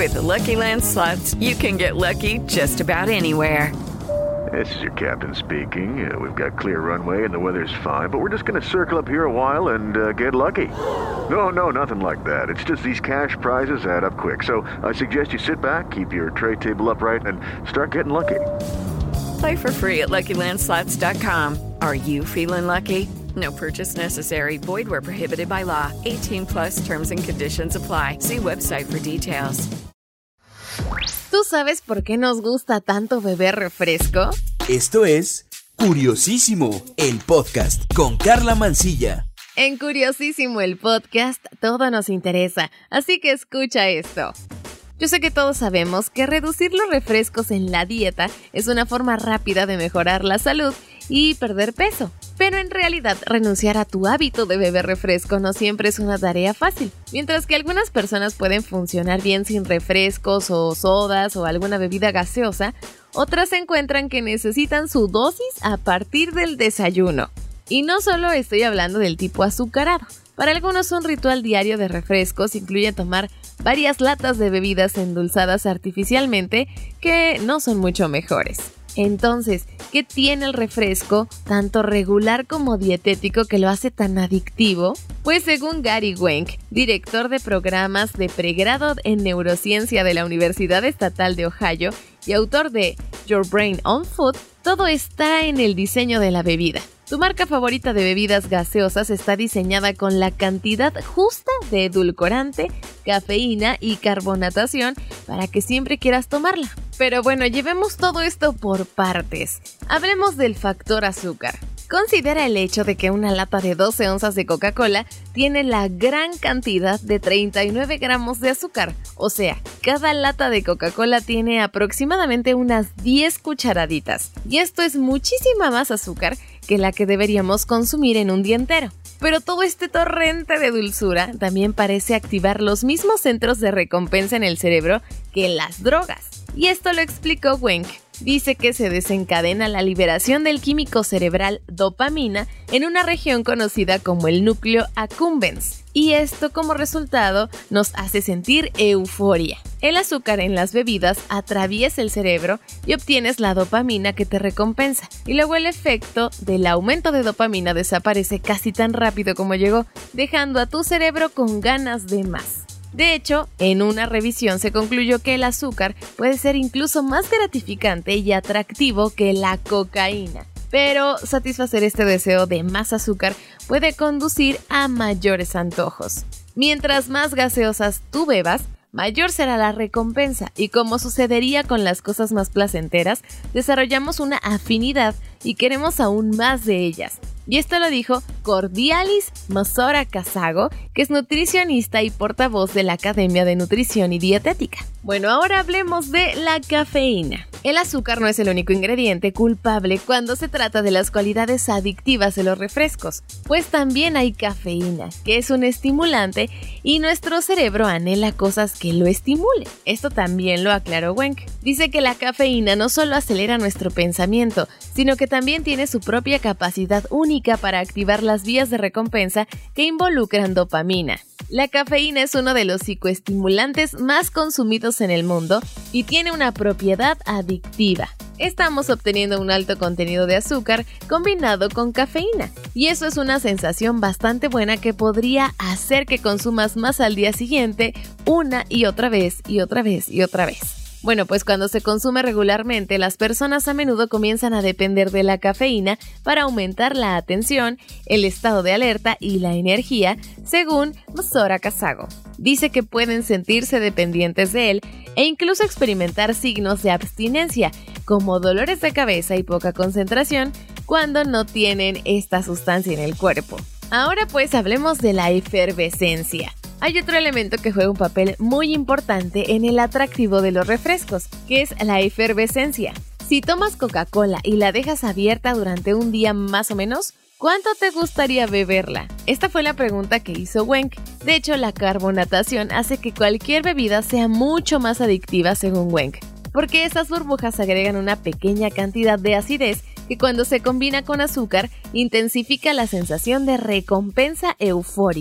With the Lucky Land Slots, you can get lucky just about anywhere. This is your captain speaking. We've got clear runway and the weather's fine, but we're just going to circle up here a while and get lucky. No, nothing like that. It's just these cash prizes add up quick. So I suggest you sit back, keep your tray table upright, and start getting lucky. Play for free at LuckyLandSlots.com. Are you feeling lucky? No purchase necessary. Void where prohibited by law. 18 plus terms and conditions apply. See website for details. ¿Tú sabes por qué nos gusta tanto beber refresco? Esto es Curiosísimo, el podcast con Carla Mancilla. En Curiosísimo, el podcast, todo nos interesa, así que escucha esto. Yo sé que todos sabemos que reducir los refrescos en la dieta es una forma rápida de mejorar la salud y perder peso. Pero en realidad, renunciar a tu hábito de beber refresco no siempre es una tarea fácil. Mientras que algunas personas pueden funcionar bien sin refrescos o sodas o alguna bebida gaseosa, otras encuentran que necesitan su dosis a partir del desayuno. Y no solo estoy hablando del tipo azucarado. Para algunos un ritual diario de refrescos incluye tomar varias latas de bebidas endulzadas artificialmente que no son mucho mejores. Entonces, ¿qué tiene el refresco, tanto regular como dietético, que lo hace tan adictivo? Pues según Gary Wenk, director de programas de pregrado en neurociencia de la Universidad Estatal de Ohio y autor de Your Brain on Food, todo está en el diseño de la bebida. Tu marca favorita de bebidas gaseosas está diseñada con la cantidad justa de edulcorante, cafeína y carbonatación para que siempre quieras tomarla. Pero bueno, llevemos todo esto por partes. Hablemos del factor azúcar. Considera el hecho de que una lata de 12 onzas de Coca-Cola tiene la gran cantidad de 39 gramos de azúcar. O sea, cada lata de Coca-Cola tiene aproximadamente unas 10 cucharaditas. Y esto es muchísima más azúcar que la que deberíamos consumir en un día entero. Pero todo este torrente de dulzura también parece activar los mismos centros de recompensa en el cerebro que las drogas. Y esto lo explicó Wenk. Dice que se desencadena la liberación del químico cerebral dopamina en una región conocida como el núcleo accumbens. Y esto como resultado nos hace sentir euforia. El azúcar en las bebidas atraviesa el cerebro y obtienes la dopamina que te recompensa. Y luego el efecto del aumento de dopamina desaparece casi tan rápido como llegó, dejando a tu cerebro con ganas de más. De hecho, en una revisión se concluyó que el azúcar puede ser incluso más gratificante y atractivo que la cocaína. Pero satisfacer este deseo de más azúcar puede conducir a mayores antojos. Mientras más gaseosas tú bebas, mayor será la recompensa y, como sucedería con las cosas más placenteras, desarrollamos una afinidad y queremos aún más de ellas. Y esto lo dijo Cordialis Mosora-Casago, que es nutricionista y portavoz de la Academia de Nutrición y Dietética. Bueno, ahora hablemos de la cafeína. El azúcar no es el único ingrediente culpable cuando se trata de las cualidades adictivas de los refrescos, pues también hay cafeína, que es un estimulante y nuestro cerebro anhela cosas que lo estimulen. Esto también lo aclaró Wenk. Dice que la cafeína no solo acelera nuestro pensamiento, sino que también tiene su propia capacidad única para activar las vías de recompensa que involucran dopamina. La cafeína es uno de los psicoestimulantes más consumidos en el mundo y tiene una propiedad adictiva. Estamos obteniendo un alto contenido de azúcar combinado con cafeína, y eso es una sensación bastante buena que podría hacer que consumas más al día siguiente, una y otra vez y otra vez y otra vez. Bueno, pues cuando se consume regularmente, las personas a menudo comienzan a depender de la cafeína para aumentar la atención, el estado de alerta y la energía, según Mosora-Casago. Dice que pueden sentirse dependientes de él e incluso experimentar signos de abstinencia, como dolores de cabeza y poca concentración, cuando no tienen esta sustancia en el cuerpo. Ahora pues hablemos de la efervescencia. Hay otro elemento que juega un papel muy importante en el atractivo de los refrescos, que es la efervescencia. Si tomas Coca-Cola y la dejas abierta durante un día más o menos, ¿cuánto te gustaría beberla? Esta fue la pregunta que hizo Wenk. De hecho, la carbonatación hace que cualquier bebida sea mucho más adictiva según Wenk, porque esas burbujas agregan una pequeña cantidad de acidez que cuando se combina con azúcar intensifica la sensación de recompensa eufórica.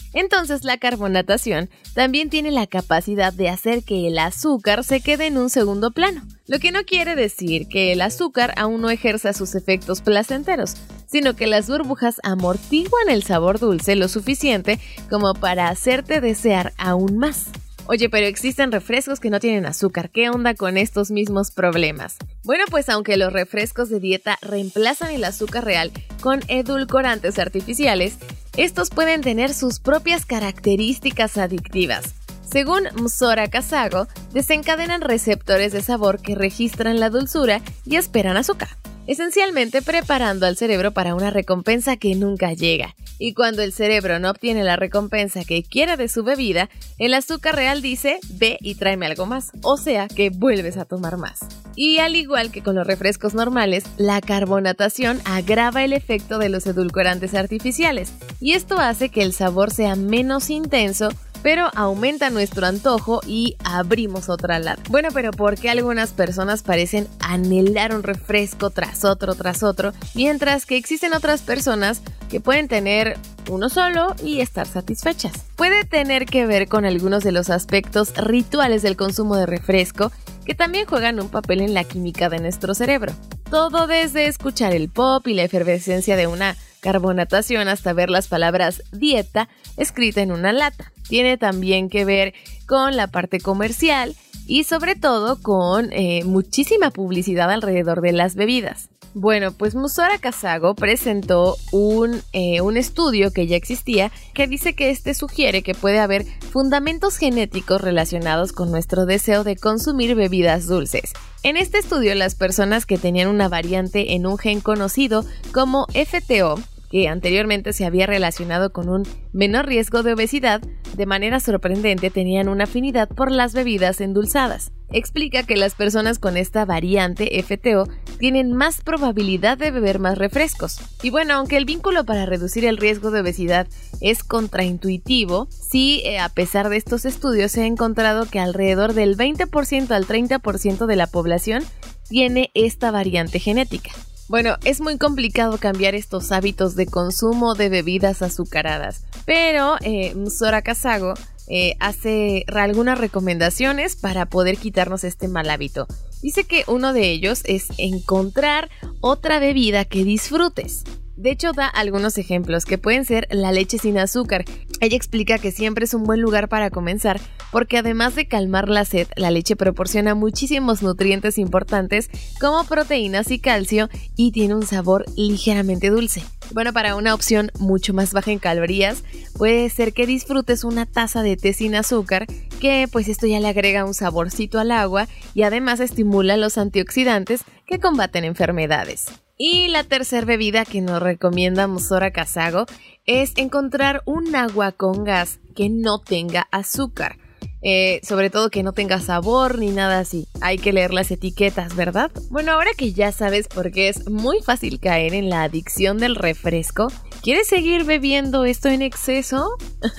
Entonces la carbonatación también tiene la capacidad de hacer que el azúcar se quede en un segundo plano, lo que no quiere decir que el azúcar aún no ejerza sus efectos placenteros, sino que las burbujas amortiguan el sabor dulce lo suficiente como para hacerte desear aún más. Oye, pero existen refrescos que no tienen azúcar. ¿Qué onda con estos mismos problemas? Bueno, pues aunque los refrescos de dieta reemplazan el azúcar real con edulcorantes artificiales, estos pueden tener sus propias características adictivas. Según Msora Kasago, desencadenan receptores de sabor que registran la dulzura y esperan azúcar, esencialmente preparando al cerebro para una recompensa que nunca llega. Y cuando el cerebro no obtiene la recompensa que quiere de su bebida, el azúcar real dice, ve y tráeme algo más, o sea que vuelves a tomar más. Y al igual que con los refrescos normales, la carbonatación agrava el efecto de los edulcorantes artificiales, y esto hace que el sabor sea menos intenso, pero aumenta nuestro antojo y abrimos otra lata. Bueno, pero ¿por qué algunas personas parecen anhelar un refresco tras otro, mientras que existen otras personas que pueden tener uno solo y estar satisfechas? Puede tener que ver con algunos de los aspectos rituales del consumo de refresco que también juegan un papel en la química de nuestro cerebro. Todo desde escuchar el pop y la efervescencia de una carbonatación hasta ver las palabras dieta escrita en una lata. Tiene también que ver con la parte comercial y sobre todo con muchísima publicidad alrededor de las bebidas. Bueno, pues Msora Kasago presentó un estudio que ya existía que dice que sugiere que puede haber fundamentos genéticos relacionados con nuestro deseo de consumir bebidas dulces. En este estudio, las personas que tenían una variante en un gen conocido como FTO, que anteriormente se había relacionado con un menor riesgo de obesidad, de manera sorprendente tenían una afinidad por las bebidas endulzadas. Explica que las personas con esta variante FTO tienen más probabilidad de beber más refrescos. Y bueno, aunque el vínculo para reducir el riesgo de obesidad es contraintuitivo, sí, a pesar de estos estudios se ha encontrado que alrededor del 20% al 30% de la población tiene esta variante genética. Bueno, es muy complicado cambiar estos hábitos de consumo de bebidas azucaradas, pero Msora Kasago hace algunas recomendaciones para poder quitarnos este mal hábito. Dice que uno de ellos es encontrar otra bebida que disfrutes. De hecho, da algunos ejemplos que pueden ser la leche sin azúcar. Ella explica que siempre es un buen lugar para comenzar porque además de calmar la sed, la leche proporciona muchísimos nutrientes importantes como proteínas y calcio y tiene un sabor ligeramente dulce. Bueno, para una opción mucho más baja en calorías, puede ser que disfrutes una taza de té sin azúcar, que pues esto ya le agrega un saborcito al agua y además estimula los antioxidantes que combaten enfermedades. Y la tercera bebida que nos recomienda Msora Kasago es encontrar un agua con gas que no tenga azúcar. Sobre todo que no tenga sabor ni nada así. Hay que leer las etiquetas, ¿verdad? Bueno, ahora que ya sabes por qué es muy fácil caer en la adicción del refresco, ¿quieres seguir bebiendo esto en exceso?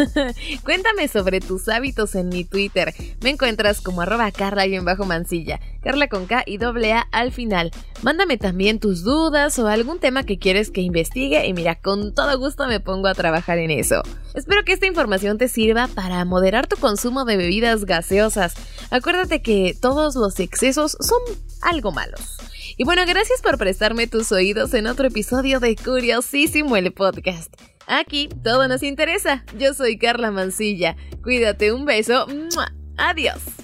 Cuéntame sobre tus hábitos en mi Twitter. Me encuentras como @Carla_Mancilla. Carla con K y AA al final. Mándame también tus dudas o algún tema que quieres que investigue y mira, con todo gusto me pongo a trabajar en eso. Espero que esta información te sirva para moderar tu consumo de bebidas gaseosas. Acuérdate que todos los excesos son algo malos. Y bueno, gracias por prestarme tus oídos en otro episodio de Curiosísimo el podcast. Aquí todo nos interesa. Yo soy Carla Mancilla. Cuídate, un beso. ¡Mua! Adiós.